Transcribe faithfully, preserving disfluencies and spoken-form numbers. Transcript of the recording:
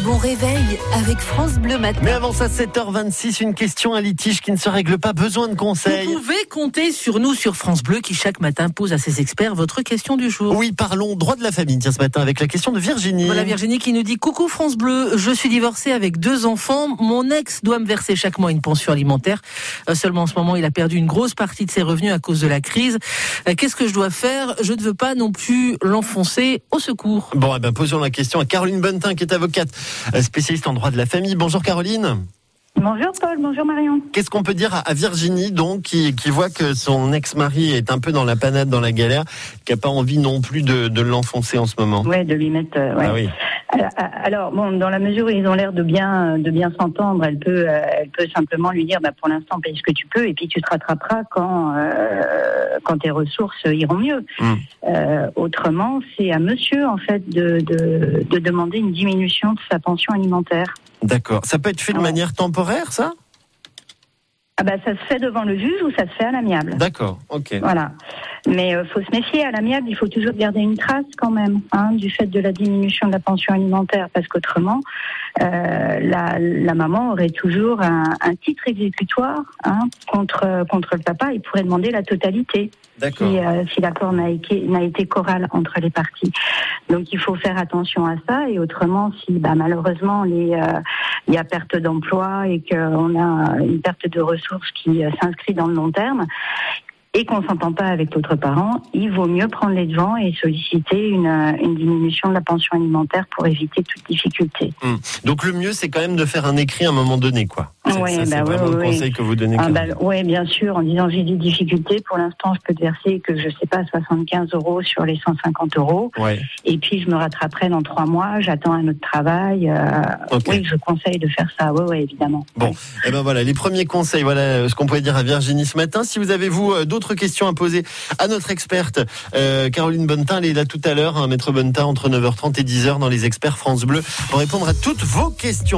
bon réveil avec France Bleu Matin. Mais avant ça, sept heures vingt-six, une question, un litige qui ne se règle pas, besoin de conseils. Vous pouvez compter sur nous, sur France Bleu, qui chaque matin pose à ses experts votre question du jour. Oui, parlons droit de la famille, tiens, ce matin, avec la question de Virginie. Voilà Virginie qui nous dit « Coucou France Bleu, je suis divorcée avec deux enfants. Mon ex doit me verser chaque mois une pension alimentaire. Euh, seulement en ce moment, il a perdu une grosse partie de ses revenus à cause de la crise. Euh, qu'est-ce que je dois faire ? Je ne veux pas non plus l'enfoncer. Au secours. » Bon, eh ben, posons la question à Caroline Bonnetin, qui est avocate, spécialiste en droit de la famille. Bonjour Caroline. Bonjour Paul, bonjour Marion. Qu'est-ce qu'on peut dire à Virginie, donc, qui, qui voit que son ex-mari est un peu dans la panade, dans la galère, qui n'a pas envie non plus de, de l'enfoncer en ce moment? Ouais, de lui mettre. Euh, ouais. Ah oui. Alors, alors, bon, dans la mesure où ils ont l'air de bien, de bien s'entendre, elle peut, euh, elle peut simplement lui dire, bah, pour l'instant, paye ce que tu peux, et puis tu te rattraperas quand, euh, quand tes ressources iront mieux. Mmh. Euh, autrement, c'est à monsieur, en fait, de, de, de demander une diminution de sa pension alimentaire. D'accord. Ça peut être fait de ouais. manière temporaire, ça? Ah bah, ça se fait devant le juge ou ça se fait à l'amiable. D'accord, ok. Voilà. Mais euh, faut se méfier, à l'amiable, il faut toujours garder une trace quand même, hein, du fait de la diminution de la pension alimentaire, parce qu'autrement, euh, la, la maman aurait toujours un, un titre exécutoire, hein, contre contre le papa. Il pourrait demander la totalité. D'accord. Si, euh, si l'accord n'a été, n'a été choral entre les parties. Donc il faut faire attention à ça, et autrement, si bah, malheureusement il euh, y a perte d'emploi et qu'on a une perte de ressources qui euh, s'inscrit dans le long terme, et qu'on ne s'entend pas avec l'autre parent, il vaut mieux prendre les devants et solliciter une, une diminution de la pension alimentaire pour éviter toute difficulté. Mmh. Donc le mieux, c'est quand même de faire un écrit à un moment donné, quoi. C'est, ouais, ça, bah, c'est ouais, vraiment ouais, le conseil que vous donnez. Ah, bah, oui, bien sûr, en disant j'ai des difficultés, pour l'instant je peux te verser que je sais pas, soixante-quinze euros sur les cent cinquante euros, ouais. et puis je me rattraperai dans trois mois, j'attends un autre travail. Euh, okay. Oui, je conseille de faire ça, oui, ouais, évidemment. Bon, ouais. et ben voilà, les premiers conseils, voilà ce qu'on pouvait dire à Virginie ce matin. Si vous avez, vous, d'autres questions à poser à notre experte, euh, Caroline Bonnetin, elle est là tout à l'heure, hein, Maître Bonnetin, entre neuf heures trente et dix heures dans les experts France Bleu, pour répondre à toutes vos questions.